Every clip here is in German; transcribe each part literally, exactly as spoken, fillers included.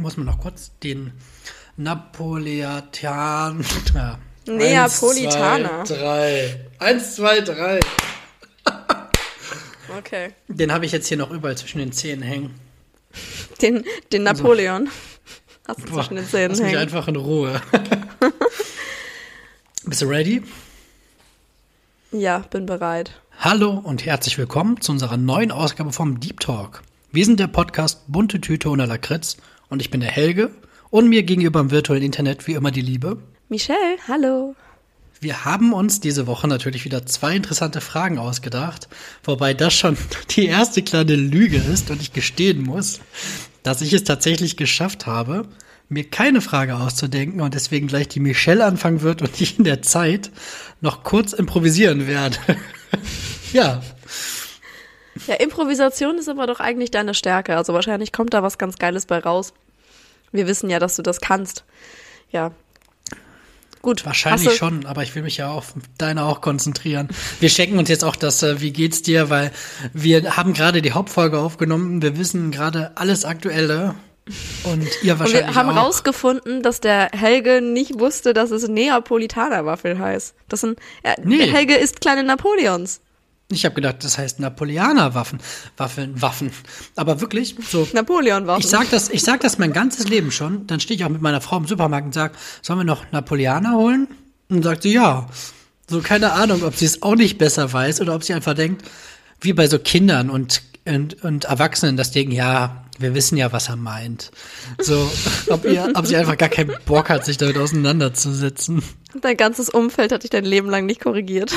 muss man noch kurz den Napoletan... Ja. Neapolitaner. Eins, zwei, drei. Eins, zwei, drei. Okay. Den habe ich jetzt hier noch überall zwischen den Zähnen hängen. Den, den Napoleon. Hast du Boah, zwischen den Zähnen lass hängen. mich einfach in Ruhe. Bist du ready? Ja, bin bereit. Hallo und herzlich willkommen zu unserer neuen Ausgabe vom Deep Talk. Wir sind der Podcast Bunte Tüte ohne Lakritz und ich bin der Helge und mir gegenüber im virtuellen Internet wie immer die Liebe. Michelle, hallo. Wir haben uns diese Woche natürlich wieder zwei interessante Fragen ausgedacht, wobei das schon die erste kleine Lüge ist und ich gestehen muss, dass ich es tatsächlich geschafft habe, mir keine Frage auszudenken und deswegen gleich die Michelle anfangen wird und ich in der Zeit noch kurz improvisieren werde. Ja. Ja, Improvisation ist aber doch eigentlich deine Stärke, also wahrscheinlich kommt da was ganz Geiles bei raus. Wir wissen ja, dass du das kannst. Ja. Gut. Wahrscheinlich schon, aber ich will mich ja auf deine auch konzentrieren. Wir schenken uns jetzt auch das äh, Wie geht's dir, weil wir haben gerade die Hauptfolge aufgenommen. Wir wissen gerade alles Aktuelle und ihr wahrscheinlich auch. Und wir haben auch. rausgefunden, dass der Helge nicht wusste, dass es Neapolitaner-Waffel heißt. Das sind, ja, Nee. Der Helge isst kleine Napoleons. Ich habe gedacht, das heißt Napoleoner-Waffen. Waffeln, Waffen. Aber wirklich, so. Napoleon-Waffen. Ich sag das, ich sag das mein ganzes Leben schon. Dann stehe ich auch mit meiner Frau im Supermarkt und sage, sollen wir noch Napoleoner holen? Und dann sagt sie, ja. So, keine Ahnung, ob sie es auch nicht besser weiß oder ob sie einfach denkt, wie bei so Kindern und, und, und Erwachsenen, das Ding, ja, wir wissen ja, was er meint. So, ob, ihr, ob sie einfach gar keinen Bock hat, sich damit auseinanderzusetzen. Dein ganzes Umfeld hat dich dein Leben lang nicht korrigiert.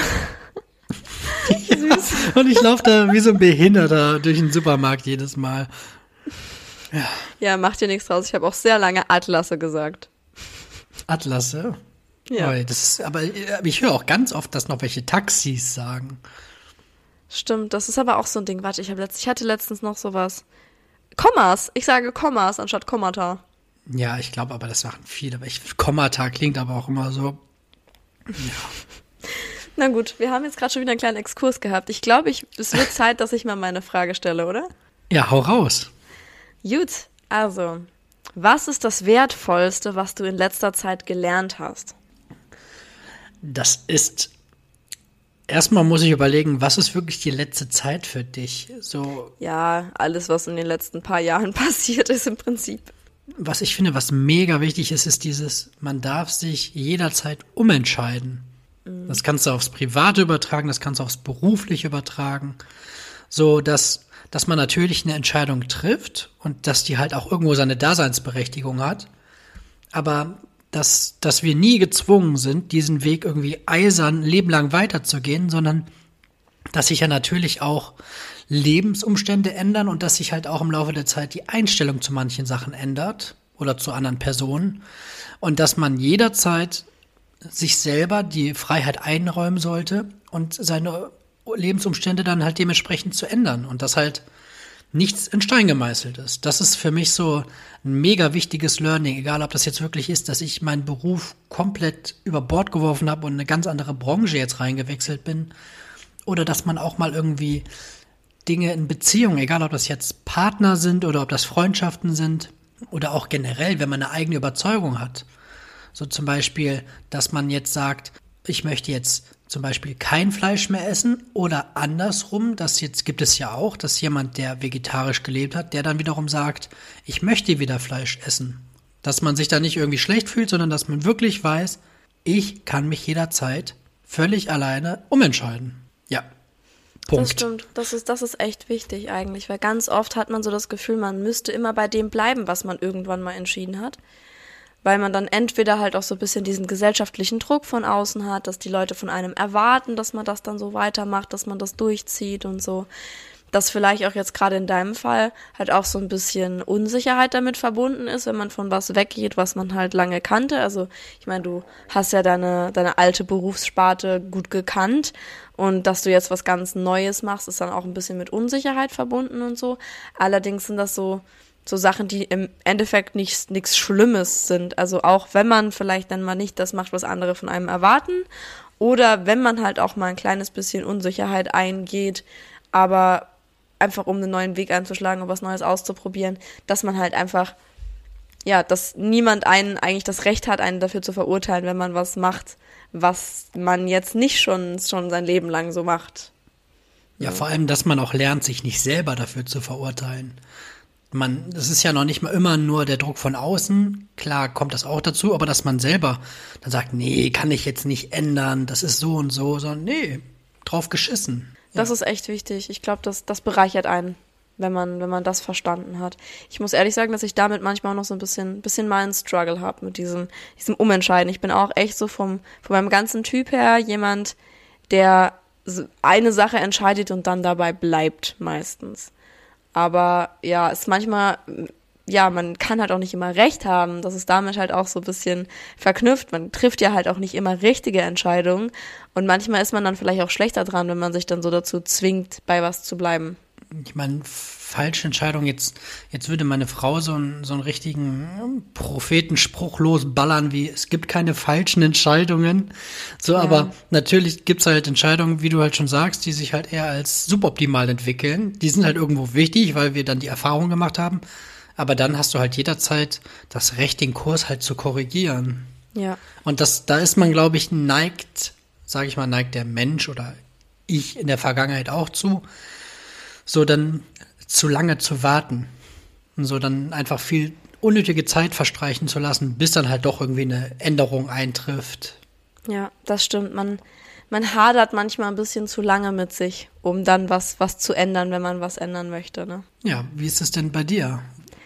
Ja, und ich laufe da wie so ein Behinderter durch den Supermarkt jedes Mal. Ja. Ja, mach dir nichts draus. Ich habe auch sehr lange Atlasse gesagt. Atlasse? Ja. Oh, das ist, aber ich höre auch ganz oft, dass noch welche Taxis sagen. Stimmt, das ist aber auch so ein Ding. Warte, ich, hab letzt, ich hatte letztens noch sowas. Kommas. Ich sage Kommas anstatt Kommata. Ja, ich glaube aber, das machen viele. Aber ich, Kommata klingt aber auch immer so. Ja. Na gut, wir haben jetzt gerade schon wieder einen kleinen Exkurs gehabt. Ich glaube, ich, es wird Zeit, dass ich mal meine Frage stelle, oder? Ja, hau raus. Gut, also, was ist das Wertvollste, was du in letzter Zeit gelernt hast? Das ist, erstmal muss ich überlegen, was ist wirklich die letzte Zeit für dich? So, Ja, alles, was in den letzten paar Jahren passiert ist im Prinzip. was ich finde, was mega wichtig ist, ist dieses, man darf sich jederzeit umentscheiden. Das kannst du aufs Private übertragen, das kannst du aufs Berufliche übertragen. So, dass, dass man natürlich eine Entscheidung trifft und dass die halt auch irgendwo seine Daseinsberechtigung hat. Aber dass, dass wir nie gezwungen sind, diesen Weg irgendwie eisern, lebenlang weiterzugehen, sondern dass sich ja natürlich auch Lebensumstände ändern und dass sich halt auch im Laufe der Zeit die Einstellung zu manchen Sachen ändert oder zu anderen Personen. Und dass man jederzeit sich selber die Freiheit einräumen sollte und seine Lebensumstände dann halt dementsprechend zu ändern und dass halt nichts in Stein gemeißelt ist. Das ist für mich so ein mega wichtiges Learning, egal ob das jetzt wirklich ist, dass ich meinen Beruf komplett über Bord geworfen habe und in eine ganz andere Branche jetzt reingewechselt bin oder dass man auch mal irgendwie Dinge in Beziehungen, egal ob das jetzt Partner sind oder ob das Freundschaften sind oder auch generell, wenn man eine eigene Überzeugung hat. So zum Beispiel, dass man jetzt sagt, ich möchte jetzt zum Beispiel kein Fleisch mehr essen oder andersrum, das jetzt gibt es ja auch, dass jemand, der vegetarisch gelebt hat, der dann wiederum sagt, ich möchte wieder Fleisch essen. Dass man sich da nicht irgendwie schlecht fühlt, sondern dass man wirklich weiß, ich kann mich jederzeit völlig alleine umentscheiden. Ja, Punkt. Das stimmt, das ist, das ist echt wichtig eigentlich, weil ganz oft hat man so das Gefühl, man müsste immer bei dem bleiben, was man irgendwann mal entschieden hat. Weil man dann entweder halt auch so ein bisschen diesen gesellschaftlichen Druck von außen hat, dass die Leute von einem erwarten, dass man das dann so weitermacht, dass man das durchzieht und so. Dass vielleicht auch jetzt gerade in deinem Fall halt auch so ein bisschen Unsicherheit damit verbunden ist, wenn man von was weggeht, was man halt lange kannte. Also ich meine, du hast ja deine, deine alte Berufssparte gut gekannt und dass du jetzt was ganz Neues machst, ist dann auch ein bisschen mit Unsicherheit verbunden und so. Allerdings sind das so So Sachen, die im Endeffekt nichts nichts Schlimmes sind. Also auch wenn man vielleicht dann mal nicht das macht, was andere von einem erwarten. Oder wenn man halt auch mal ein kleines bisschen Unsicherheit eingeht, aber einfach um einen neuen Weg einzuschlagen und was Neues auszuprobieren, dass man halt einfach ja, dass niemand einen eigentlich das Recht hat, einen dafür zu verurteilen, wenn man was macht, was man jetzt nicht schon, schon sein Leben lang so macht. Ja, vor allem, dass man auch lernt, sich nicht selber dafür zu verurteilen. Man, das ist ja noch nicht mal immer nur der Druck von außen. Klar kommt das auch dazu, aber dass man selber dann sagt, nee, kann ich jetzt nicht ändern, das ist so und so, sondern nee, drauf geschissen. Ja. Das ist echt wichtig. Ich glaube, das, das bereichert einen, wenn man, wenn man das verstanden hat. Ich muss ehrlich sagen, dass ich damit manchmal auch noch so ein bisschen, bisschen meinen Struggle habe mit diesem, diesem Umentscheiden. Ich bin auch echt so vom, von meinem ganzen Typ her jemand, der eine Sache entscheidet und dann dabei bleibt meistens. Aber ja, es ist manchmal, ja, man kann halt auch nicht immer recht haben. Das ist damit halt auch so ein bisschen verknüpft. Man trifft ja halt auch nicht immer richtige Entscheidungen. Und manchmal ist man dann vielleicht auch schlechter dran, wenn man sich dann so dazu zwingt, bei was zu bleiben. Ich meine, falsche Entscheidung, jetzt, jetzt würde meine Frau so einen, so einen richtigen Prophetenspruch losballern, wie es gibt keine falschen Entscheidungen. So, ja. Aber natürlich gibt's halt Entscheidungen, wie du halt schon sagst, die sich halt eher als suboptimal entwickeln. Die sind halt irgendwo wichtig, weil wir dann die Erfahrung gemacht haben. Aber dann hast du halt jederzeit das Recht, den Kurs halt zu korrigieren. Ja. Und das, da ist man, glaube ich, neigt, sage ich mal, neigt der Mensch oder ich in der Vergangenheit auch zu, so dann zu lange zu warten und so dann einfach viel unnötige Zeit verstreichen zu lassen, bis dann halt doch irgendwie eine Änderung eintrifft. Ja, das stimmt. Man, man hadert manchmal ein bisschen zu lange mit sich, um dann was, was zu ändern, wenn man was ändern möchte, ne? Ja, wie ist es denn bei dir?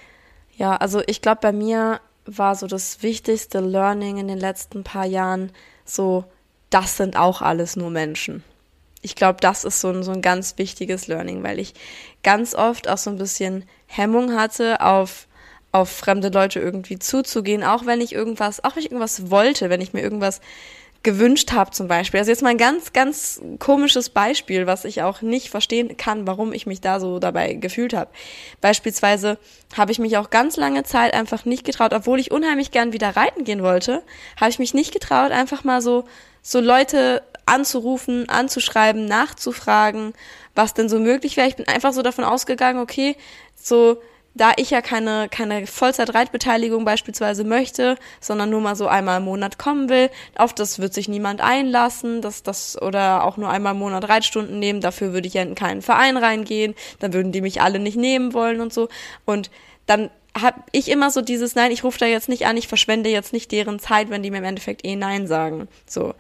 Ja, also ich glaube, bei mir war so das wichtigste Learning in den letzten paar Jahren so, das sind auch alles nur Menschen. Ich glaube, das ist so ein, so ein ganz wichtiges Learning, weil ich ganz oft auch so ein bisschen Hemmung hatte, auf, auf fremde Leute irgendwie zuzugehen, auch wenn ich irgendwas, auch wenn ich irgendwas wollte, wenn ich mir irgendwas gewünscht habe zum Beispiel. Also jetzt mal ein ganz, ganz komisches Beispiel, was ich auch nicht verstehen kann, warum ich mich da so dabei gefühlt habe. Beispielsweise habe ich mich auch ganz lange Zeit einfach nicht getraut, obwohl ich unheimlich gern wieder reiten gehen wollte, habe ich mich nicht getraut, einfach mal so, so Leute anzurufen, anzuschreiben, nachzufragen, was denn so möglich wäre. Ich bin einfach so davon ausgegangen, okay, so da ich ja keine keine Vollzeit-Reitbeteiligung beispielsweise möchte, sondern nur mal so einmal im Monat kommen will, auf das wird sich niemand einlassen, dass das oder auch nur einmal im Monat Reitstunden nehmen, dafür würde ich ja in keinen Verein reingehen, dann würden die mich alle nicht nehmen wollen und so. Und dann habe ich immer so dieses, nein, ich rufe da jetzt nicht an, ich verschwende jetzt nicht deren Zeit, wenn die mir im Endeffekt eh Nein sagen. So.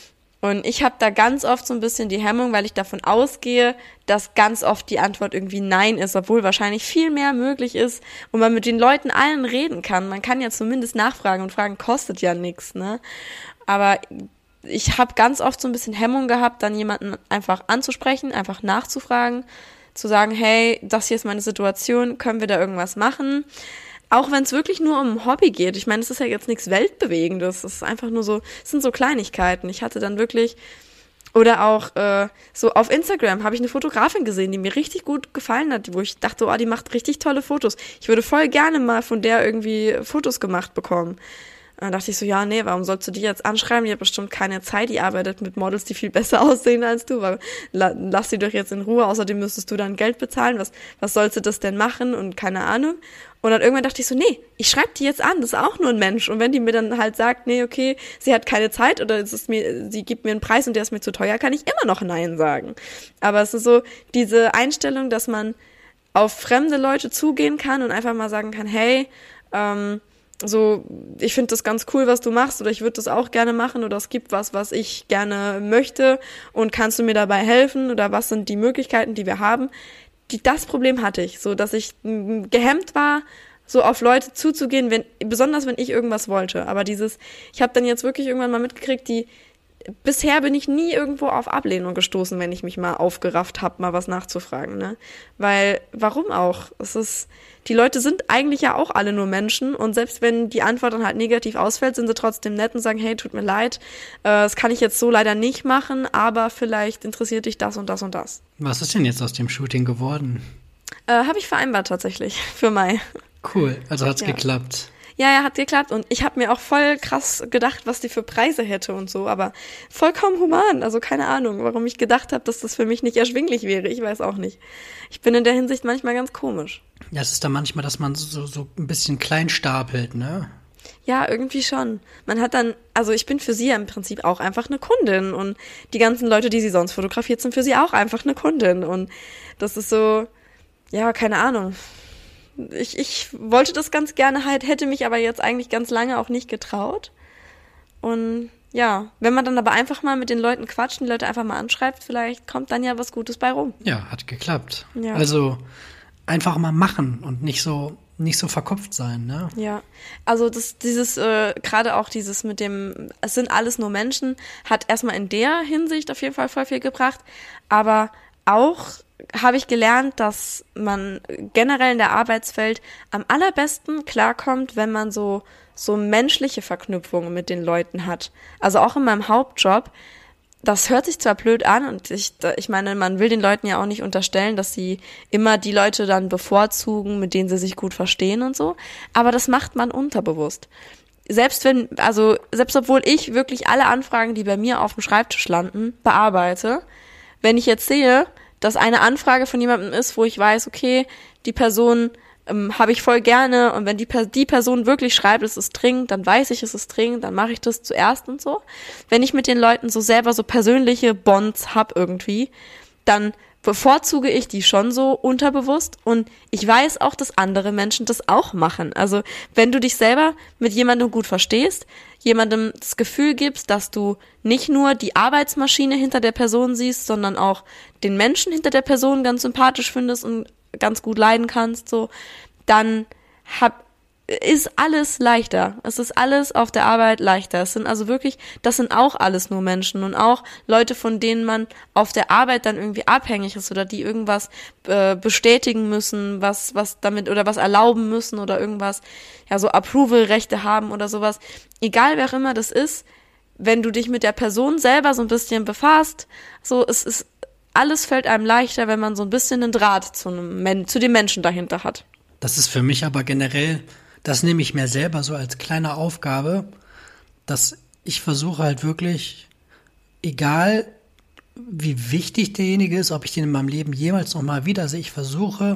Und ich habe da ganz oft so ein bisschen die Hemmung, weil ich davon ausgehe, dass ganz oft die Antwort irgendwie Nein ist, obwohl wahrscheinlich viel mehr möglich ist und man mit den Leuten allen reden kann. Man kann ja zumindest nachfragen und Fragen kostet ja nichts, ne? Aber ich habe ganz oft so ein bisschen Hemmung gehabt, dann jemanden einfach anzusprechen, einfach nachzufragen, zu sagen, hey, das hier ist meine Situation, können wir da irgendwas machen? Auch wenn es wirklich nur um ein Hobby geht. Ich meine, es ist ja jetzt nichts Weltbewegendes. Es ist einfach nur so, es sind so Kleinigkeiten. Ich hatte dann wirklich, oder auch äh, so auf Instagram habe ich eine Fotografin gesehen, die mir richtig gut gefallen hat, wo ich dachte, oh, die macht richtig tolle Fotos. Ich würde voll gerne mal von der irgendwie Fotos gemacht bekommen. Dann dachte ich so, ja, nee, warum sollst du die jetzt anschreiben? Die hat bestimmt keine Zeit, die arbeitet mit Models, die viel besser aussehen als du. Weil, lass sie doch jetzt in Ruhe, außerdem müsstest du dann Geld bezahlen. Was, was sollst du das denn machen? Und keine Ahnung. Und dann irgendwann dachte ich so, nee, ich schreibe die jetzt an, das ist auch nur ein Mensch. Und wenn die mir dann halt sagt, nee, okay, sie hat keine Zeit oder es ist mir, sie gibt mir einen Preis und der ist mir zu teuer, kann ich immer noch Nein sagen. Aber es ist so diese Einstellung, dass man auf fremde Leute zugehen kann und einfach mal sagen kann, hey, ähm, so, ich finde das ganz cool, was du machst oder ich würde das auch gerne machen oder es gibt was, was ich gerne möchte und kannst du mir dabei helfen oder was sind die Möglichkeiten, die wir haben. Die, das Problem hatte ich, so dass ich m, gehemmt war, so auf Leute zuzugehen, wenn, besonders wenn ich irgendwas wollte. Aber dieses, ich habe dann jetzt wirklich irgendwann mal mitgekriegt, die bisher bin ich nie irgendwo auf Ablehnung gestoßen, wenn ich mich mal aufgerafft habe, mal was nachzufragen, ne? Weil, warum auch? Es ist, die Leute sind eigentlich ja auch alle nur Menschen und selbst wenn die Antwort dann halt negativ ausfällt, sind sie trotzdem nett und sagen, hey, tut mir leid, äh, das kann ich jetzt so leider nicht machen, aber vielleicht interessiert dich das und das und das. Was ist denn jetzt aus dem Shooting geworden? Äh, habe ich vereinbart tatsächlich für Mai. Cool, also hat's ja. geklappt. ja, ja, hat geklappt. Und ich habe mir auch voll krass gedacht, was die für Preise hätte und so, aber vollkommen human. Also keine Ahnung, warum ich gedacht habe, dass das für mich nicht erschwinglich wäre. Ich weiß auch nicht. Ich bin in der Hinsicht manchmal ganz komisch. Ja, es ist dann manchmal, dass man so, so ein bisschen klein stapelt, ne? Ja, irgendwie schon. Man hat dann, also ich bin für sie ja im Prinzip auch einfach eine Kundin und die ganzen Leute, die sie sonst fotografiert, sind für sie auch einfach eine Kundin und das ist so, ja, keine Ahnung. Ich, ich wollte das ganz gerne halt, hätte mich aber jetzt eigentlich ganz lange auch nicht getraut und ja, wenn man dann aber einfach mal mit den Leuten quatscht und die Leute einfach mal anschreibt, vielleicht kommt dann ja was Gutes bei rum. Ja, hat geklappt. Ja. Also einfach mal machen und nicht so nicht so verkopft sein, ne? Ja, also das, dieses, äh, gerade auch dieses mit dem, es sind alles nur Menschen, hat erstmal in der Hinsicht auf jeden Fall voll viel gebracht, aber auch habe ich gelernt, dass man generell in der Arbeitswelt am allerbesten klarkommt, wenn man so, so menschliche Verknüpfungen mit den Leuten hat. Also auch in meinem Hauptjob, das hört sich zwar blöd an und ich, ich meine, man will den Leuten ja auch nicht unterstellen, dass sie immer die Leute dann bevorzugen, mit denen sie sich gut verstehen und so, aber das macht man unterbewusst. Selbst wenn, also selbst obwohl ich wirklich alle Anfragen, die bei mir auf dem Schreibtisch landen, bearbeite, wenn ich jetzt sehe, dass eine Anfrage von jemandem ist, wo ich weiß, okay, die Person ähm, habe ich voll gerne und wenn die, die Person wirklich schreibt, es ist dringend, dann weiß ich, es ist dringend, dann mache ich das zuerst und so. Wenn ich mit den Leuten so selber so persönliche Bonds hab irgendwie, dann bevorzuge ich die schon so unterbewusst und ich weiß auch, dass andere Menschen das auch machen. Also wenn du dich selber mit jemandem gut verstehst, jemandem das Gefühl gibst, dass du nicht nur die Arbeitsmaschine hinter der Person siehst, sondern auch den Menschen hinter der Person ganz sympathisch findest und ganz gut leiden kannst, so, dann hab, ist alles leichter. Es ist alles auf der Arbeit leichter. Es sind also wirklich, das sind auch alles nur Menschen und auch Leute, von denen man auf der Arbeit dann irgendwie abhängig ist oder die irgendwas äh, bestätigen müssen, was, was damit oder was erlauben müssen oder irgendwas, ja, so Approval-Rechte haben oder sowas. Egal wer auch immer das ist, wenn du dich mit der Person selber so ein bisschen befasst, so, es ist, alles fällt einem leichter, wenn man so ein bisschen einen Draht zu einem Men- zu den Menschen dahinter hat. Das ist für mich aber generell, das nehme ich mir selber so als kleine Aufgabe, dass ich versuche halt wirklich, egal wie wichtig derjenige ist, ob ich den in meinem Leben jemals nochmal wiedersehe, ich versuche,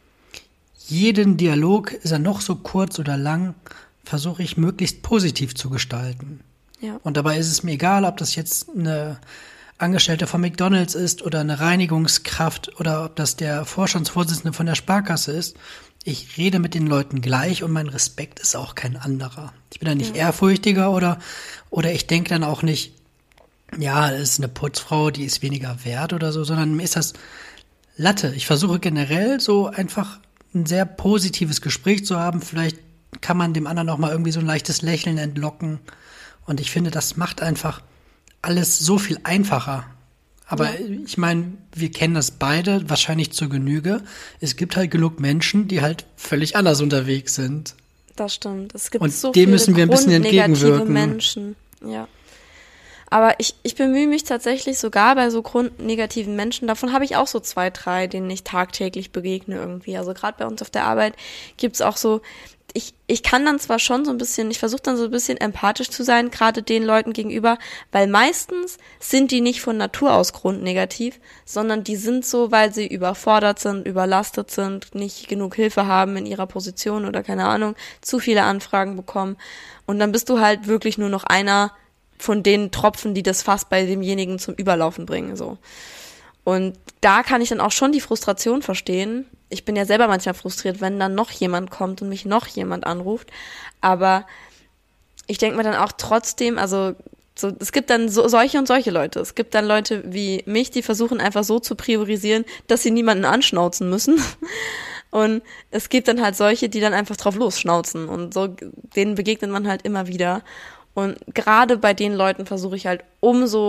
jeden Dialog, ist er noch so kurz oder lang, versuche ich möglichst positiv zu gestalten. Ja. Und dabei ist es mir egal, ob das jetzt eine Angestellte von McDonald's ist oder eine Reinigungskraft oder ob das der Vorstandsvorsitzende von der Sparkasse ist. Ich rede mit den Leuten gleich und mein Respekt ist auch kein anderer. Ich bin da nicht ja. ehrfurchtiger oder, oder ich denke dann auch nicht, ja, das ist eine Putzfrau, die ist weniger wert oder so, sondern mir ist das Latte. Ich versuche generell so einfach ein sehr positives Gespräch zu haben. Vielleicht kann man dem anderen auch mal irgendwie so ein leichtes Lächeln entlocken. Und ich finde, das macht einfach alles so viel einfacher. Aber ja. ich meine, wir kennen das beide wahrscheinlich zur Genüge. Es gibt halt genug Menschen, die halt völlig anders unterwegs sind. Das stimmt. Es gibt und so dem viele müssen wir ein bisschen entgegenwirken. Menschen. Ja. Aber ich, ich bemühe mich tatsächlich sogar bei so grundnegativen Menschen, davon habe ich auch so zwei, drei, denen ich tagtäglich begegne irgendwie. Also gerade bei uns auf der Arbeit gibt's auch so, ich, ich kann dann zwar schon so ein bisschen, ich versuche dann so ein bisschen empathisch zu sein, gerade den Leuten gegenüber, weil meistens sind die nicht von Natur aus grundnegativ, sondern die sind so, weil sie überfordert sind, überlastet sind, nicht genug Hilfe haben in ihrer Position oder keine Ahnung, zu viele Anfragen bekommen. Und dann bist du halt wirklich nur noch einer von den Tropfen, die das Fass bei demjenigen zum Überlaufen bringen, so. Und da kann ich dann auch schon die Frustration verstehen. Ich bin ja selber manchmal frustriert, wenn dann noch jemand kommt und mich noch jemand anruft. Aber ich denke mir dann auch trotzdem, also so, es gibt dann so, solche und solche Leute. Es gibt dann Leute wie mich, die versuchen einfach so zu priorisieren, dass sie niemanden anschnauzen müssen. Und es gibt dann halt solche, die dann einfach drauf losschnauzen. Und so, denen begegnet man halt immer wieder. Und gerade bei den Leuten versuche ich halt umso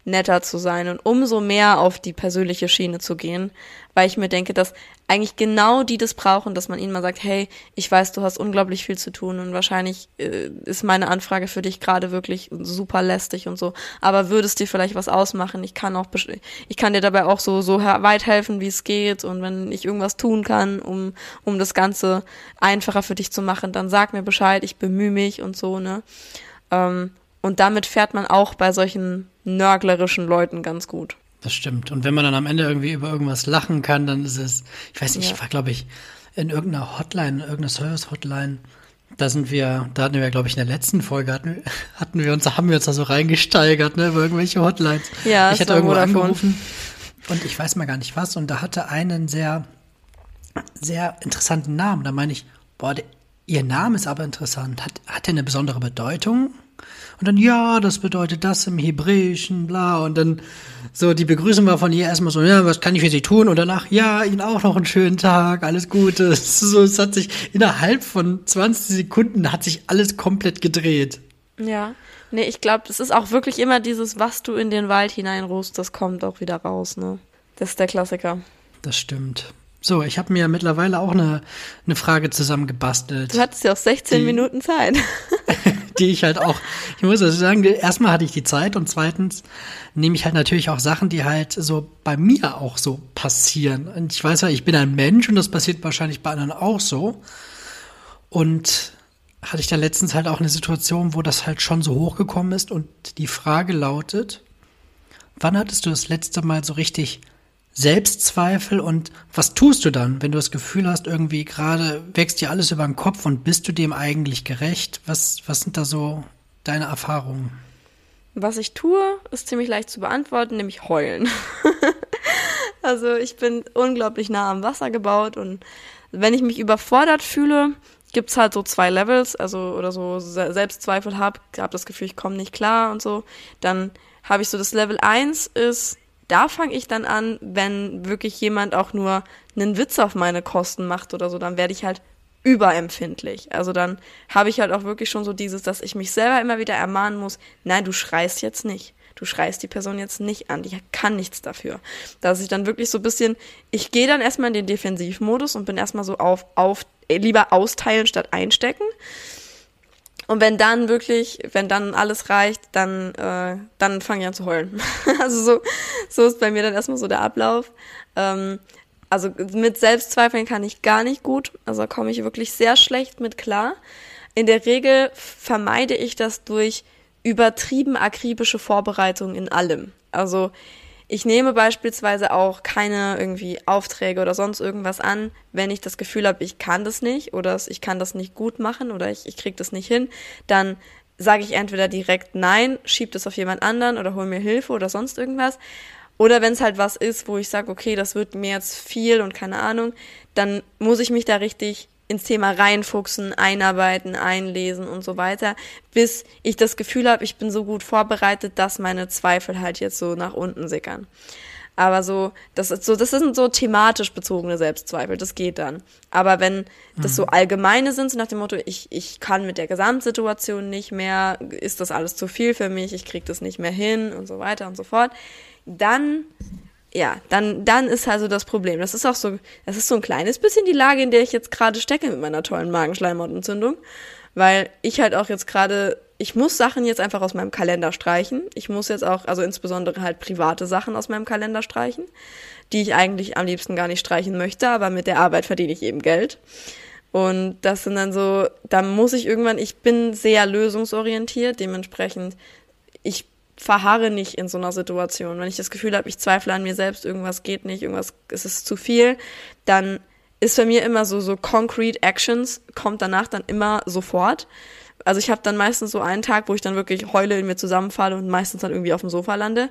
netter zu sein und umso mehr auf die persönliche Schiene zu gehen, weil ich mir denke, dass eigentlich genau die das brauchen, dass man ihnen mal sagt, hey, ich weiß, du hast unglaublich viel zu tun und wahrscheinlich äh, ist meine Anfrage für dich gerade wirklich super lästig und so, aber würdest dir vielleicht was ausmachen? Ich kann auch, ich kann dir dabei auch so so weit helfen, wie es geht, und wenn ich irgendwas tun kann, um um das Ganze einfacher für dich zu machen, dann sag mir Bescheid, ich bemühe mich und so, ne? Ähm, und damit fährt man auch bei solchen nörglerischen Leuten ganz gut. Das stimmt. Und wenn man dann am Ende irgendwie über irgendwas lachen kann, dann ist es, ich weiß nicht, ja. ich war, glaube ich, in irgendeiner Hotline, in irgendeiner Service-Hotline, da sind wir, da hatten wir, glaube ich, in der letzten Folge, hatten, hatten wir uns, haben wir uns da so reingesteigert, ne, über irgendwelche Hotlines. Ja, ich hatte irgendwo angerufen und ich weiß mal gar nicht was, und da hatte einen sehr, sehr interessanten Namen. Da meine ich, boah, der, ihr Name ist aber interessant. Hat, hat der eine besondere Bedeutung? Und dann, ja, das bedeutet das im Hebräischen, bla. Und dann so, die Begrüßung war von ihr erstmal so, ja, was kann ich für Sie tun? Und danach, ja, Ihnen auch noch einen schönen Tag, alles Gute. So, es hat sich innerhalb von zwanzig Sekunden hat sich alles komplett gedreht. Ja, nee, ich glaube, es ist auch wirklich immer dieses, was du in den Wald hineinrufst, das kommt auch wieder raus, ne? Das ist der Klassiker. Das stimmt. So, ich habe mir mittlerweile auch eine, eine Frage zusammengebastelt. Du hattest ja auch sechzehn die, Minuten Zeit. Die ich halt auch, ich muss also sagen, erstmal hatte ich die Zeit und zweitens nehme ich halt natürlich auch Sachen, die halt so bei mir auch so passieren. Und ich weiß ja, ich bin ein Mensch und das passiert wahrscheinlich bei anderen auch so. Und hatte ich da letztens halt auch eine Situation, wo das halt schon so hochgekommen ist, und die Frage lautet, wann hattest du das letzte Mal so richtig Selbstzweifel, und was tust du dann, wenn du das Gefühl hast, irgendwie gerade wächst dir alles über den Kopf, und bist du dem eigentlich gerecht? Was, was sind da so deine Erfahrungen? Was ich tue, ist ziemlich leicht zu beantworten, nämlich heulen. Also ich bin unglaublich nah am Wasser gebaut, und wenn ich mich überfordert fühle, gibt's halt so zwei Levels, also oder so Selbstzweifel habe, habe das Gefühl, ich komme nicht klar und so, dann habe ich so das Level eins ist, da fange ich dann an, wenn wirklich jemand auch nur einen Witz auf meine Kosten macht oder so, dann werde ich halt überempfindlich. Also dann habe ich halt auch wirklich schon so dieses, dass ich mich selber immer wieder ermahnen muss, nein, du schreist jetzt nicht. Du schreist die Person jetzt nicht an, die kann nichts dafür. Dass ich dann wirklich so ein bisschen, ich gehe dann erstmal in den Defensivmodus und bin erstmal so auf, auf lieber austeilen statt einstecken. Und wenn dann wirklich, wenn dann alles reicht, dann äh, dann fange ich an zu heulen. Also so so ist bei mir dann erstmal so der Ablauf. Ähm, also mit Selbstzweifeln kann ich gar nicht gut. Also da komme ich wirklich sehr schlecht mit klar. In der Regel vermeide ich das durch übertrieben akribische Vorbereitung in allem. Also ich nehme beispielsweise auch keine irgendwie Aufträge oder sonst irgendwas an, wenn ich das Gefühl habe, ich kann das nicht oder ich kann das nicht gut machen oder ich, ich kriege das nicht hin, dann sage ich entweder direkt nein, schieb das auf jemand anderen oder hol mir Hilfe oder sonst irgendwas. Oder wenn es halt was ist, wo ich sage, okay, das wird mir jetzt viel und keine Ahnung, dann muss ich mich da richtig ins Thema reinfuchsen, einarbeiten, einlesen und so weiter, bis ich das Gefühl habe, ich bin so gut vorbereitet, dass meine Zweifel halt jetzt so nach unten sickern. Aber so, das ist so, das sind so thematisch bezogene Selbstzweifel, das geht dann. Aber wenn das mhm. so allgemeine sind, so nach dem Motto, ich, ich kann mit der Gesamtsituation nicht mehr, ist das alles zu viel für mich, ich krieg das nicht mehr hin und so weiter und so fort, dann Ja, dann, dann ist also das Problem. Das ist auch so, das ist so ein kleines bisschen die Lage, in der ich jetzt gerade stecke mit meiner tollen Magenschleimhautentzündung, weil ich halt auch jetzt gerade, ich muss Sachen jetzt einfach aus meinem Kalender streichen. Ich muss jetzt auch, also insbesondere halt private Sachen aus meinem Kalender streichen, die ich eigentlich am liebsten gar nicht streichen möchte, aber mit der Arbeit verdiene ich eben Geld. Und das sind dann so, da muss ich irgendwann, ich bin sehr lösungsorientiert, dementsprechend, ich verharre nicht in so einer Situation. Wenn ich das Gefühl habe, ich zweifle an mir selbst, irgendwas geht nicht, irgendwas, es ist zu viel, dann ist bei mir immer so, so concrete actions, kommt danach dann immer sofort. Also ich habe dann meistens so einen Tag, wo ich dann wirklich heule, in mir zusammenfalle und meistens dann irgendwie auf dem Sofa lande.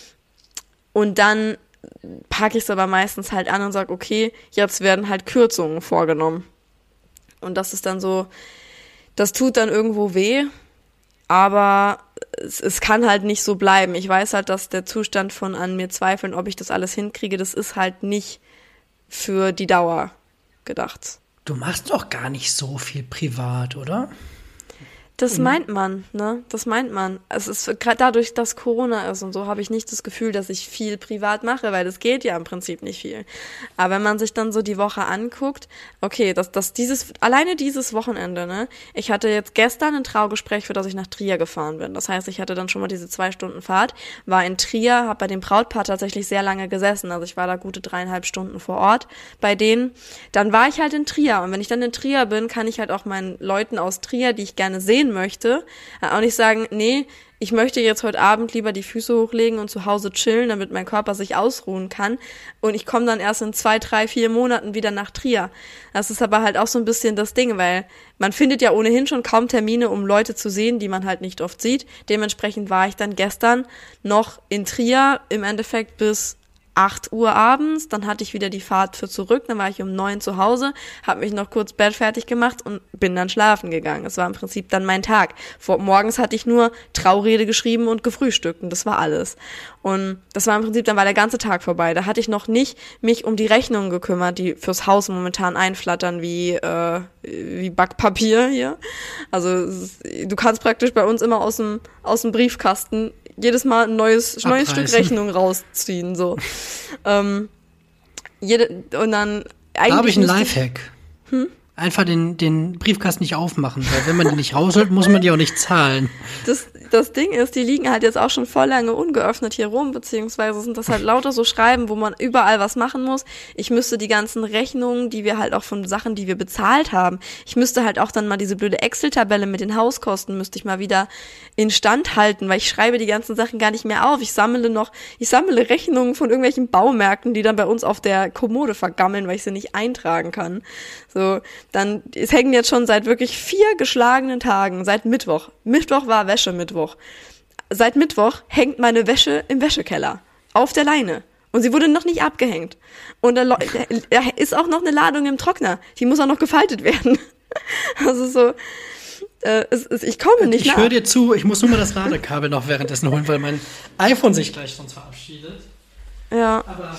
Und dann packe ich es aber meistens halt an und sage, okay, jetzt werden halt Kürzungen vorgenommen. Und das ist dann so, das tut dann irgendwo weh, aber es, es kann halt nicht so bleiben. Ich weiß halt, dass der Zustand von an mir zweifeln, ob ich das alles hinkriege, das ist halt nicht für die Dauer gedacht. Du machst doch gar nicht so viel privat, oder? Das meint man, ne? Das meint man. Es ist gerade dadurch, dass Corona ist und so, habe ich nicht das Gefühl, dass ich viel privat mache, weil das geht ja im Prinzip nicht viel. Aber wenn man sich dann so die Woche anguckt, okay, dass das dieses alleine dieses Wochenende, ne? Ich hatte jetzt gestern ein Traugespräch, für das ich nach Trier gefahren bin. Das heißt, ich hatte dann schon mal diese zwei Stunden Fahrt, war in Trier, habe bei dem Brautpaar tatsächlich sehr lange gesessen. Also ich war da gute dreieinhalb Stunden vor Ort bei denen. Dann war ich halt in Trier und wenn ich dann in Trier bin, kann ich halt auch meinen Leuten aus Trier, die ich gerne sehen möchte, auch nicht sagen, nee, ich möchte jetzt heute Abend lieber die Füße hochlegen und zu Hause chillen, damit mein Körper sich ausruhen kann und ich komme dann erst in zwei, drei, vier Monaten wieder nach Trier. Das ist aber halt auch so ein bisschen das Ding, weil man findet ja ohnehin schon kaum Termine, um Leute zu sehen, die man halt nicht oft sieht. Dementsprechend war ich dann gestern noch in Trier, im Endeffekt bis acht Uhr abends, dann hatte ich wieder die Fahrt für zurück, dann war ich um neun zu Hause, habe mich noch kurz Bett fertig gemacht und bin dann schlafen gegangen. Das war im Prinzip dann mein Tag. Vor, morgens hatte ich nur Traurede geschrieben und gefrühstückt und das war alles. Und das war im Prinzip, dann war der ganze Tag vorbei. Da hatte ich noch nicht mich um die Rechnungen gekümmert, die fürs Haus momentan einflattern wie äh, wie Backpapier hier. Also du kannst praktisch bei uns immer aus dem aus dem Briefkasten jedes Mal ein neues, neues Stück Rechnung rausziehen, so. ähm, jede, und dann eigentlich. Da habe ich einen Lifehack. Hm? Einfach den, den Briefkasten nicht aufmachen, weil wenn man den nicht rausholt, muss man die auch nicht zahlen. Das, das Ding ist, die liegen halt jetzt auch schon voll lange ungeöffnet hier rum, beziehungsweise sind das halt lauter so Schreiben, wo man überall was machen muss. Ich müsste die ganzen Rechnungen, die wir halt auch von Sachen, die wir bezahlt haben, ich müsste halt auch dann mal diese blöde Excel-Tabelle mit den Hauskosten, müsste ich mal wieder instand halten, weil ich schreibe die ganzen Sachen gar nicht mehr auf. Ich sammle noch, ich sammle Rechnungen von irgendwelchen Baumärkten, die dann bei uns auf der Kommode vergammeln, weil ich sie nicht eintragen kann. So, dann, es hängen jetzt schon seit wirklich vier geschlagenen Tagen, seit Mittwoch. Mittwoch war Wäschemittwoch. Seit Mittwoch hängt meine Wäsche im Wäschekeller. Auf der Leine. Und sie wurde noch nicht abgehängt. Und da ist auch noch eine Ladung im Trockner. Die muss auch noch gefaltet werden. Also so, äh, es, es, ich komme nicht nach. Ich höre dir zu, ich muss nur mal das Ladekabel noch währenddessen holen, weil mein iPhone sich gleich sonst verabschiedet. Ja. Aber,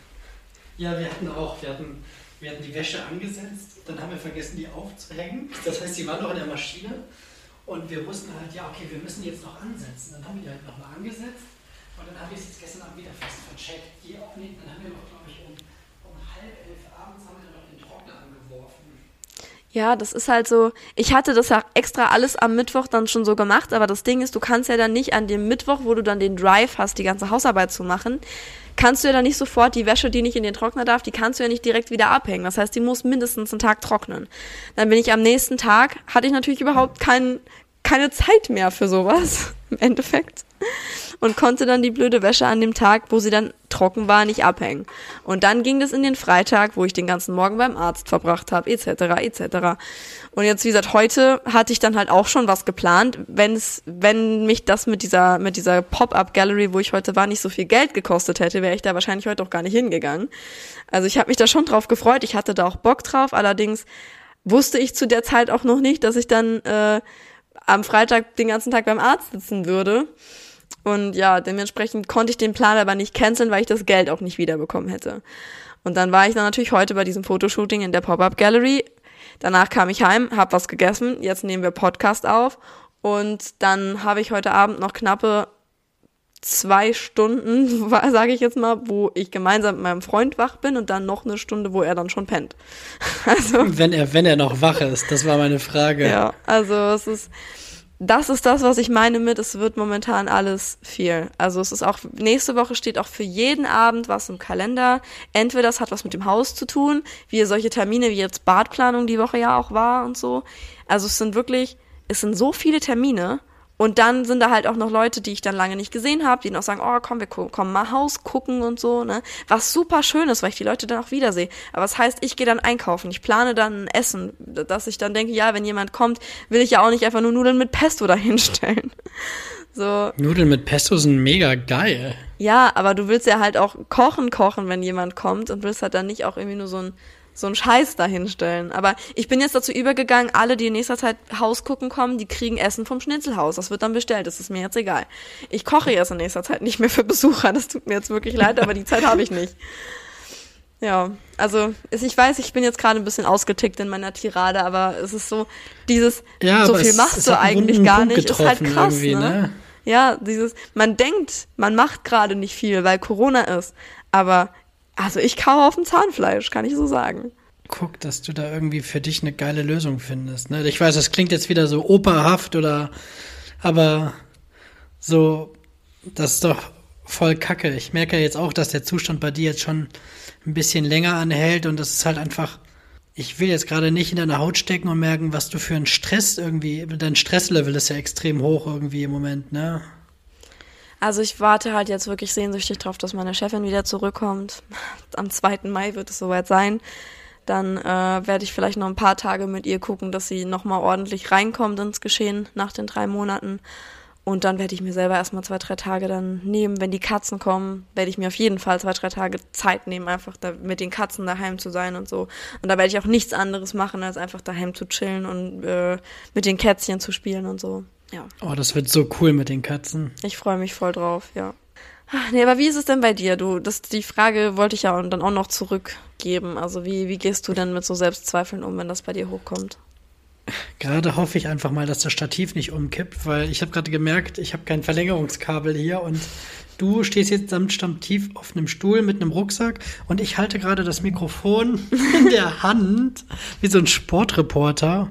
ja, wir hatten auch, wir hatten... Wir hatten die Wäsche angesetzt, dann haben wir vergessen, die aufzuhängen. Das heißt, die war noch in der Maschine und wir wussten halt, ja, okay, wir müssen jetzt noch ansetzen. Dann haben wir die halt nochmal angesetzt und dann habe ich es jetzt gestern Abend wieder fast vercheckt. Die aufnehmen, dann haben wir noch, glaube ich, um, um halb elf abends haben wir dann noch den Trockner angeworfen. Ja, das ist halt so, ich hatte das ja extra alles am Mittwoch dann schon so gemacht, aber das Ding ist, du kannst ja dann nicht an dem Mittwoch, wo du dann den Drive hast, die ganze Hausarbeit zu machen, kannst du ja dann nicht sofort die Wäsche, die nicht in den Trockner darf, die kannst du ja nicht direkt wieder abhängen. Das heißt, die muss mindestens einen Tag trocknen. Dann bin ich am nächsten Tag, hatte ich natürlich überhaupt kein, keine Zeit mehr für sowas, im Endeffekt. Und konnte dann die blöde Wäsche an dem Tag, wo sie dann trocken war, nicht abhängen. Und dann ging das in den Freitag, wo ich den ganzen Morgen beim Arzt verbracht habe, et cetera, et cetera. Und jetzt, wie gesagt, heute hatte ich dann halt auch schon was geplant, wenn es, wenn mich das mit dieser, mit dieser Pop-Up-Gallery, wo ich heute war, nicht so viel Geld gekostet hätte, wäre ich da wahrscheinlich heute auch gar nicht hingegangen. Also ich habe mich da schon drauf gefreut, ich hatte da auch Bock drauf, allerdings wusste ich zu der Zeit auch noch nicht, dass ich dann äh, am Freitag den ganzen Tag beim Arzt sitzen würde. Und ja, dementsprechend konnte ich den Plan aber nicht canceln, weil ich das Geld auch nicht wiederbekommen hätte. Und dann war ich dann natürlich heute bei diesem Fotoshooting in der Pop-Up Gallery. Danach kam ich heim, hab was gegessen, jetzt nehmen wir Podcast auf. Und dann habe ich heute Abend noch knappe zwei Stunden, sage ich jetzt mal, wo ich gemeinsam mit meinem Freund wach bin und dann noch eine Stunde, wo er dann schon pennt. Also, wenn er, wenn er noch wach ist, das war meine Frage. Ja, also es ist... Das ist das, was ich meine mit, es wird momentan alles viel. Also es ist auch, nächste Woche steht auch für jeden Abend was im Kalender. Entweder das hat was mit dem Haus zu tun, wie solche Termine, wie jetzt Badplanung die Woche ja auch war und so. Also es sind wirklich, es sind so viele Termine. Und dann sind da halt auch noch Leute, die ich dann lange nicht gesehen habe, die noch sagen, oh komm, wir kommen mal Haus gucken und so, ne? Was super schön ist, weil ich die Leute dann auch wiedersehe. Aber das heißt, ich gehe dann einkaufen, ich plane dann ein Essen, dass ich dann denke, ja, wenn jemand kommt, will ich ja auch nicht einfach nur Nudeln mit Pesto dahinstellen. So. Nudeln mit Pesto sind mega geil. Ja, aber du willst ja halt auch kochen, kochen, wenn jemand kommt und willst halt dann nicht auch irgendwie nur so ein so einen Scheiß dahinstellen. Aber ich bin jetzt dazu übergegangen, alle, die in nächster Zeit Haus gucken kommen, die kriegen Essen vom Schnitzelhaus. Das wird dann bestellt, das ist mir jetzt egal. Ich koche jetzt in nächster Zeit nicht mehr für Besucher, das tut mir jetzt wirklich leid, aber die Zeit habe ich nicht. Ja, also ich weiß, ich bin jetzt gerade ein bisschen ausgetickt in meiner Tirade, aber es ist so, dieses, ja, so viel es, machst es du eigentlich gar nicht, ist halt krass, ne? ne? Ja, dieses, man denkt, man macht gerade nicht viel, weil Corona ist, aber also ich kaue auf dem Zahnfleisch, kann ich so sagen. Guck, dass du da irgendwie für dich eine geile Lösung findest, ne? Ich weiß, das klingt jetzt wieder so operhaft oder, aber so, das ist doch voll kacke. Ich merke ja jetzt auch, dass der Zustand bei dir jetzt schon ein bisschen länger anhält und das ist halt einfach, ich will jetzt gerade nicht in deine Haut stecken und merken, was du für einen Stress irgendwie, dein Stresslevel ist ja extrem hoch irgendwie im Moment, ne? Also ich warte halt jetzt wirklich sehnsüchtig drauf, dass meine Chefin wieder zurückkommt. Am zweiten Mai wird es soweit sein. Dann äh, werde ich vielleicht noch ein paar Tage mit ihr gucken, dass sie nochmal ordentlich reinkommt ins Geschehen nach den drei Monaten. Und dann werde ich mir selber erstmal zwei, drei Tage dann nehmen. Wenn die Katzen kommen, werde ich mir auf jeden Fall zwei, drei Tage Zeit nehmen, einfach da mit den Katzen daheim zu sein und so. Und da werde ich auch nichts anderes machen, als einfach daheim zu chillen und äh, mit den Kätzchen zu spielen und so. Ja. Oh, das wird so cool mit den Katzen. Ich freue mich voll drauf, ja. Ach, nee, aber wie ist es denn bei dir? Du, das, die Frage wollte ich ja dann auch noch zurückgeben. Also wie, wie gehst du denn mit so Selbstzweifeln um, wenn das bei dir hochkommt? Gerade hoffe ich einfach mal, dass das Stativ nicht umkippt, weil ich habe gerade gemerkt, ich habe kein Verlängerungskabel hier und du stehst jetzt samt stativ auf einem Stuhl mit einem Rucksack und ich halte gerade das Mikrofon in der Hand, wie so ein Sportreporter.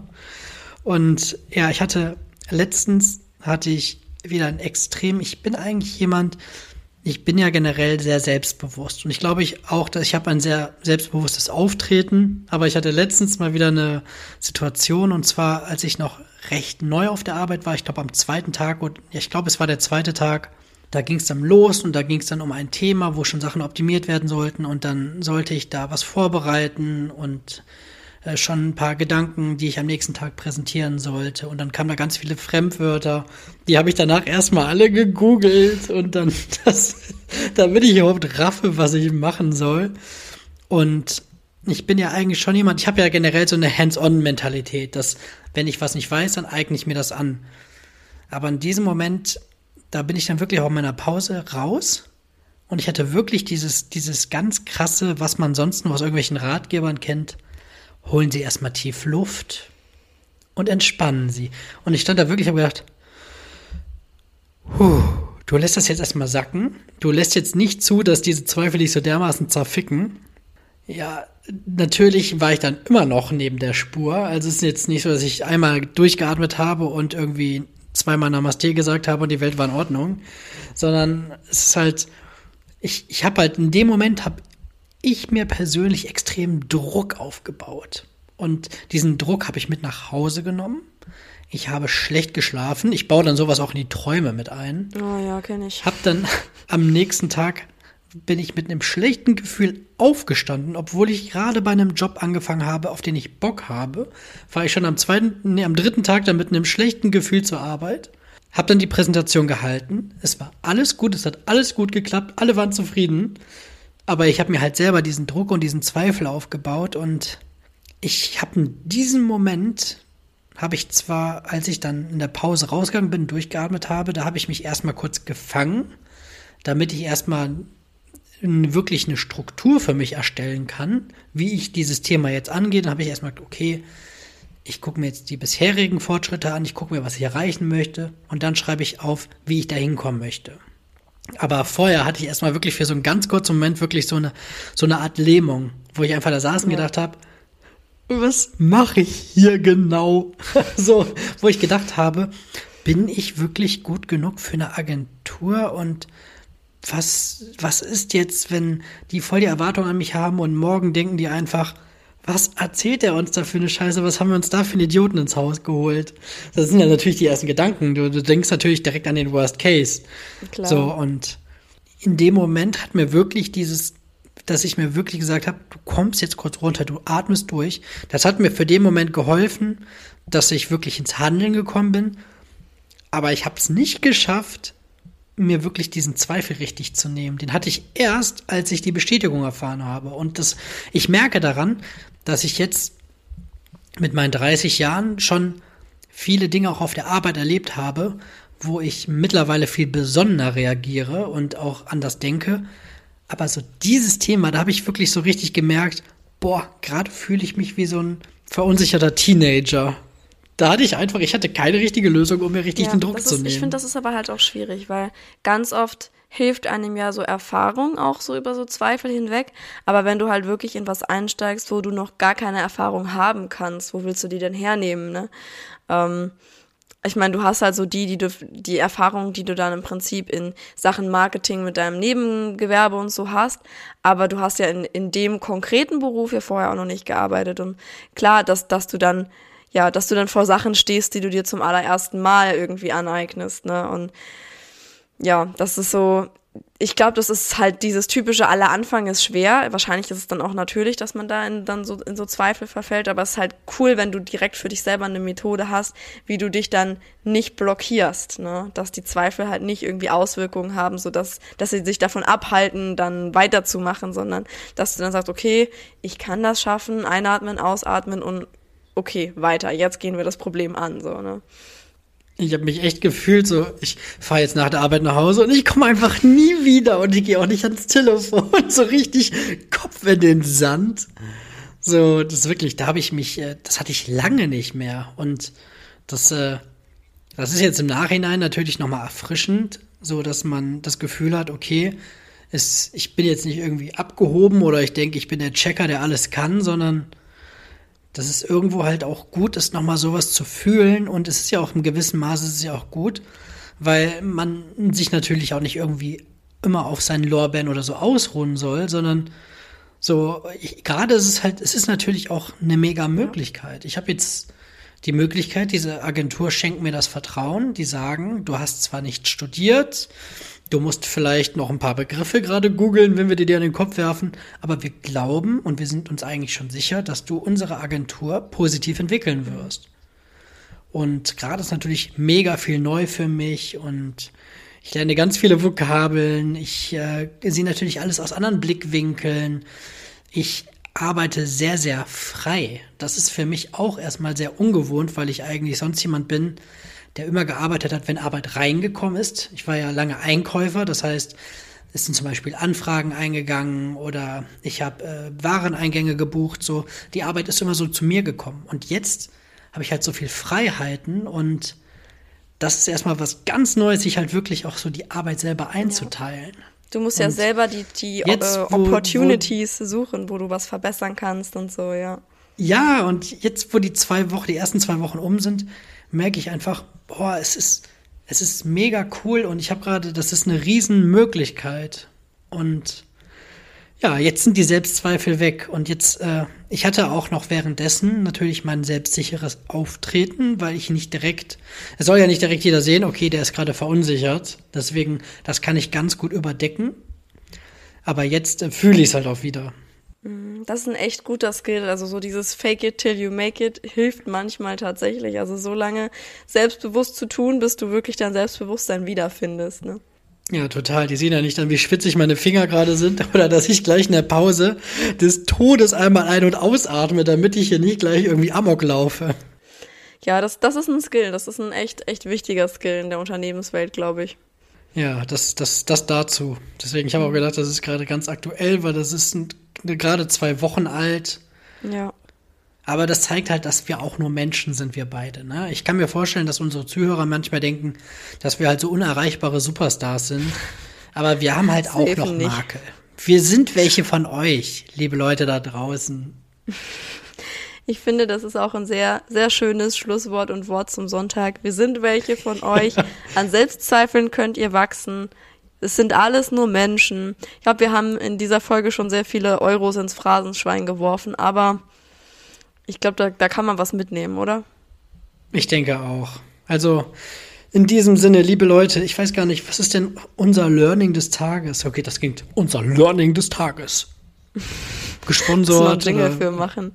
Und ja, ich hatte, letztens hatte ich wieder ein Extrem, ich bin eigentlich jemand, ich bin ja generell sehr selbstbewusst und ich glaube ich auch, dass ich habe ein sehr selbstbewusstes Auftreten, aber ich hatte letztens mal wieder eine Situation und zwar, als ich noch recht neu auf der Arbeit war, ich glaube am zweiten Tag und ja, ich glaube es war der zweite Tag, da ging es dann los und da ging es dann um ein Thema, wo schon Sachen optimiert werden sollten und dann sollte ich da was vorbereiten und äh, schon ein paar Gedanken, die ich am nächsten Tag präsentieren sollte und dann kamen da ganz viele Fremdwörter, die habe ich danach erstmal alle gegoogelt und dann das, damit ich überhaupt raffe, was ich machen soll. Und ich bin ja eigentlich schon jemand, ich habe ja generell so eine Hands-on-Mentalität, dass wenn ich was nicht weiß, dann eigne ich mir das an. Aber in diesem Moment, da bin ich dann wirklich auch in meiner Pause raus und ich hatte wirklich dieses, dieses ganz krasse, was man sonst nur aus irgendwelchen Ratgebern kennt, holen Sie erstmal tief Luft und entspannen Sie. Und ich stand da wirklich und habe gedacht, Puh, du lässt das jetzt erstmal sacken. Du lässt jetzt nicht zu, dass diese Zweifel dich so dermaßen zerficken. Ja, natürlich war ich dann immer noch neben der Spur. Also es ist jetzt nicht so, dass ich einmal durchgeatmet habe und irgendwie zweimal Namaste gesagt habe und die Welt war in Ordnung. Sondern es ist halt, ich, ich habe halt in dem Moment, habe ich mir persönlich extrem Druck aufgebaut. Und diesen Druck habe ich mit nach Hause genommen. Ich habe schlecht geschlafen. Ich baue dann sowas auch in die Träume mit ein. Oh ja, kenne ich. Hab dann am nächsten Tag bin ich mit einem schlechten Gefühl aufgestanden, obwohl ich gerade bei einem Job angefangen habe, auf den ich Bock habe. War ich schon am zweiten, nee, am dritten Tag dann mit einem schlechten Gefühl zur Arbeit. Hab dann die Präsentation gehalten. Es war alles gut, es hat alles gut geklappt. Alle waren zufrieden. Aber ich habe mir halt selber diesen Druck und diesen Zweifel aufgebaut und ich habe in diesem Moment habe ich zwar, als ich dann in der Pause rausgegangen bin, durchgeatmet habe, da habe ich mich erstmal kurz gefangen, damit ich erstmal wirklich eine Struktur für mich erstellen kann, wie ich dieses Thema jetzt angehe. Dann habe ich erstmal gesagt, okay, ich gucke mir jetzt die bisherigen Fortschritte an, ich gucke mir, was ich erreichen möchte und dann schreibe ich auf, wie ich da hinkommen möchte. Aber vorher hatte ich erstmal wirklich für so einen ganz kurzen Moment wirklich so eine, so eine Art Lähmung, wo ich einfach da saß und ja. gedacht habe, was mache ich hier genau? So, wo ich gedacht habe, bin ich wirklich gut genug für eine Agentur und was, was ist jetzt, wenn die voll die Erwartungen an mich haben und morgen denken die einfach, was erzählt er uns da für eine Scheiße, was haben wir uns da für einen Idioten ins Haus geholt? Das sind ja natürlich die ersten Gedanken, du, du denkst natürlich direkt an den Worst Case. Klar. So, und in dem Moment hat mir wirklich dieses, dass ich mir wirklich gesagt habe, du kommst jetzt kurz runter, du atmest durch. Das hat mir für den Moment geholfen, dass ich wirklich ins Handeln gekommen bin. Aber ich habe es nicht geschafft, mir wirklich diesen Zweifel richtig zu nehmen. Den hatte ich erst, als ich die Bestätigung erfahren habe. Und das, ich merke daran, dass ich jetzt mit meinen dreißig Jahren schon viele Dinge auch auf der Arbeit erlebt habe, wo ich mittlerweile viel besonnener reagiere und auch anders denke. Aber so dieses Thema, da habe ich wirklich so richtig gemerkt, boah, gerade fühle ich mich wie so ein verunsicherter Teenager. Da hatte ich einfach, ich hatte keine richtige Lösung, um mir richtig Ja, den Druck das zu ist, nehmen. ich finde, das ist aber halt auch schwierig, weil ganz oft hilft einem ja so Erfahrung auch so über so Zweifel hinweg. Aber wenn du halt wirklich in was einsteigst, wo du noch gar keine Erfahrung haben kannst, wo willst du die denn hernehmen, ne? Ähm, ich meine, du hast halt so die, die du, die Erfahrung, die du dann im Prinzip in Sachen Marketing mit deinem Nebengewerbe und so hast, aber du hast ja in, in dem konkreten Beruf ja vorher auch noch nicht gearbeitet. Und klar, dass, dass du dann, ja, dass du dann vor Sachen stehst, die du dir zum allerersten Mal irgendwie aneignest, ne? Und ja, das ist so, ich glaube, das ist halt dieses typische, aller Anfang ist schwer. Wahrscheinlich ist es dann auch natürlich, dass man da in, dann so, in so Zweifel verfällt, aber es ist halt cool, wenn du direkt für dich selber eine Methode hast, wie du dich dann nicht blockierst, ne? Dass die Zweifel halt nicht irgendwie Auswirkungen haben, sodass, dass sie sich davon abhalten, dann weiterzumachen, sondern dass du dann sagst, okay, ich kann das schaffen, einatmen, ausatmen und okay, weiter, jetzt gehen wir das Problem an, so, ne? Ich habe mich echt gefühlt so, ich fahre jetzt nach der Arbeit nach Hause und ich komme einfach nie wieder und ich gehe auch nicht ans Telefon, so richtig Kopf in den Sand. So, das ist wirklich, da habe ich mich, das hatte ich lange nicht mehr und das, äh, das ist jetzt im Nachhinein natürlich nochmal erfrischend, so dass man das Gefühl hat, okay, es, ich bin jetzt nicht irgendwie abgehoben oder ich denke, ich bin der Checker, der alles kann, sondern dass es irgendwo halt auch gut ist, nochmal sowas zu fühlen. Und es ist ja auch im gewissen Maße ist es ja auch gut, weil man sich natürlich auch nicht irgendwie immer auf seinen Lorbeeren oder so ausruhen soll, sondern so, ich, gerade ist es halt, es ist natürlich auch eine mega Möglichkeit. Ich habe jetzt die Möglichkeit, diese Agentur schenkt mir das Vertrauen, die sagen, du hast zwar nicht studiert, du musst vielleicht noch ein paar Begriffe gerade googeln, wenn wir dir die an den Kopf werfen, aber wir glauben und wir sind uns eigentlich schon sicher, dass du unsere Agentur positiv entwickeln wirst. Und gerade ist natürlich mega viel neu für mich und ich lerne ganz viele Vokabeln, ich äh, sehe natürlich alles aus anderen Blickwinkeln, ich arbeite sehr, sehr frei. Das ist für mich auch erstmal sehr ungewohnt, weil ich eigentlich sonst jemand bin, der immer gearbeitet hat, wenn Arbeit reingekommen ist. Ich war ja lange Einkäufer, das heißt, es sind zum Beispiel Anfragen eingegangen oder ich habe äh, Wareneingänge gebucht. So, die Arbeit ist immer so zu mir gekommen. Und jetzt habe ich halt so viel Freiheiten und das ist erstmal was ganz Neues, sich halt wirklich auch so die Arbeit selber einzuteilen. Ja. Du musst und ja selber die, die jetzt, äh, wo, Opportunities wo, suchen, wo du was verbessern kannst und so, ja. Ja, und jetzt, wo die zwei Wochen, die ersten zwei Wochen um sind, merke ich einfach, boah, es ist, es ist mega cool und ich habe gerade, das ist eine Riesenmöglichkeit. Und ja, jetzt sind die Selbstzweifel weg. Und jetzt, äh, ich hatte auch noch währenddessen natürlich mein selbstsicheres Auftreten, weil ich nicht direkt, es soll ja nicht direkt jeder sehen, okay, der ist gerade verunsichert. Deswegen, das kann ich ganz gut überdecken. Aber jetzt äh, fühle ich es halt auch wieder. Das ist ein echt guter Skill, also so dieses Fake it till you make it hilft manchmal tatsächlich, also so lange selbstbewusst zu tun, bis du wirklich dein Selbstbewusstsein wiederfindest, ne? Ja, total. Die sehen ja nicht dann, wie schwitzig meine Finger gerade sind oder dass ich gleich in der Pause des Todes einmal ein- und ausatme, damit ich hier nicht gleich irgendwie Amok laufe. Ja, das, das ist ein Skill, das ist ein echt, echt wichtiger Skill in der Unternehmenswelt, glaube ich. Ja, das, das, das dazu. Deswegen, ich habe auch gedacht, das ist gerade ganz aktuell, weil das ist ein, gerade zwei Wochen alt. Ja. Aber das zeigt halt, dass wir auch nur Menschen sind, wir beide. Ne? Ich kann mir vorstellen, dass unsere Zuhörer manchmal denken, dass wir halt so unerreichbare Superstars sind. Aber wir haben halt auch noch nicht. Makel. Wir sind welche von euch, liebe Leute da draußen. Ich finde, das ist auch ein sehr, sehr schönes Schlusswort und Wort zum Sonntag. Wir sind welche von euch. An Selbstzweifeln könnt ihr wachsen. Es sind alles nur Menschen. Ich glaube, wir haben in dieser Folge schon sehr viele Euros ins Phrasenschwein geworfen, aber ich glaube, da, da kann man was mitnehmen, oder? Ich denke auch. Also in diesem Sinne, liebe Leute, ich weiß gar nicht, was ist denn unser Learning des Tages? Okay, das klingt unser Learning des Tages. Gesponsert. Muss man Jingle für machen.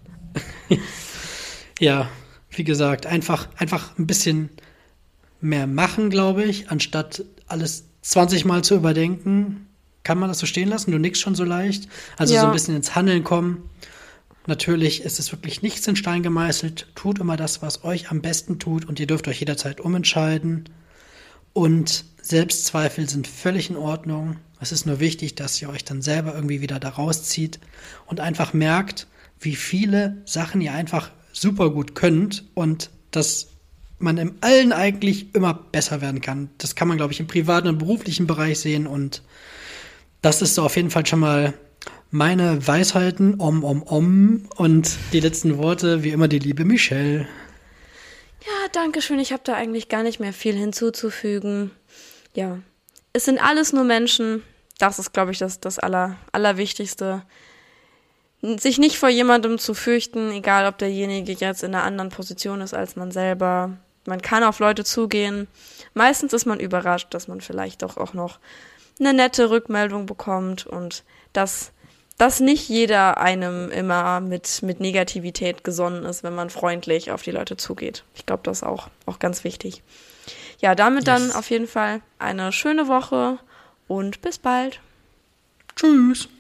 Ja, wie gesagt, einfach, einfach ein bisschen mehr machen, glaube ich, anstatt alles zwanzig Mal zu überdenken. Kann man das so stehen lassen? Du nickst schon so leicht. Also ja. so ein bisschen ins Handeln kommen. Natürlich ist es wirklich nichts in Stein gemeißelt. Tut immer das, was euch am besten tut und ihr dürft euch jederzeit umentscheiden. Und Selbstzweifel sind völlig in Ordnung. Es ist nur wichtig, dass ihr euch dann selber irgendwie wieder da rauszieht und einfach merkt, wie viele Sachen ihr einfach super gut könnt und dass man im Allen eigentlich immer besser werden kann. Das kann man, glaube ich, im privaten und beruflichen Bereich sehen und das ist so auf jeden Fall schon mal meine Weisheiten, om, om, om und die letzten Worte, wie immer, die liebe Michelle. Ja, danke schön. Ich habe da eigentlich gar nicht mehr viel hinzuzufügen. Ja, es sind alles nur Menschen. Das ist, glaube ich, das, das Aller, Allerwichtigste. Sich nicht vor jemandem zu fürchten, egal ob derjenige jetzt in einer anderen Position ist als man selber. Man kann auf Leute zugehen. Meistens ist man überrascht, dass man vielleicht doch auch noch eine nette Rückmeldung bekommt und dass, dass nicht jeder einem immer mit, mit Negativität gesonnen ist, wenn man freundlich auf die Leute zugeht. Ich glaube, das ist auch, auch ganz wichtig. Ja, damit yes. Dann auf jeden Fall eine schöne Woche und bis bald. Tschüss.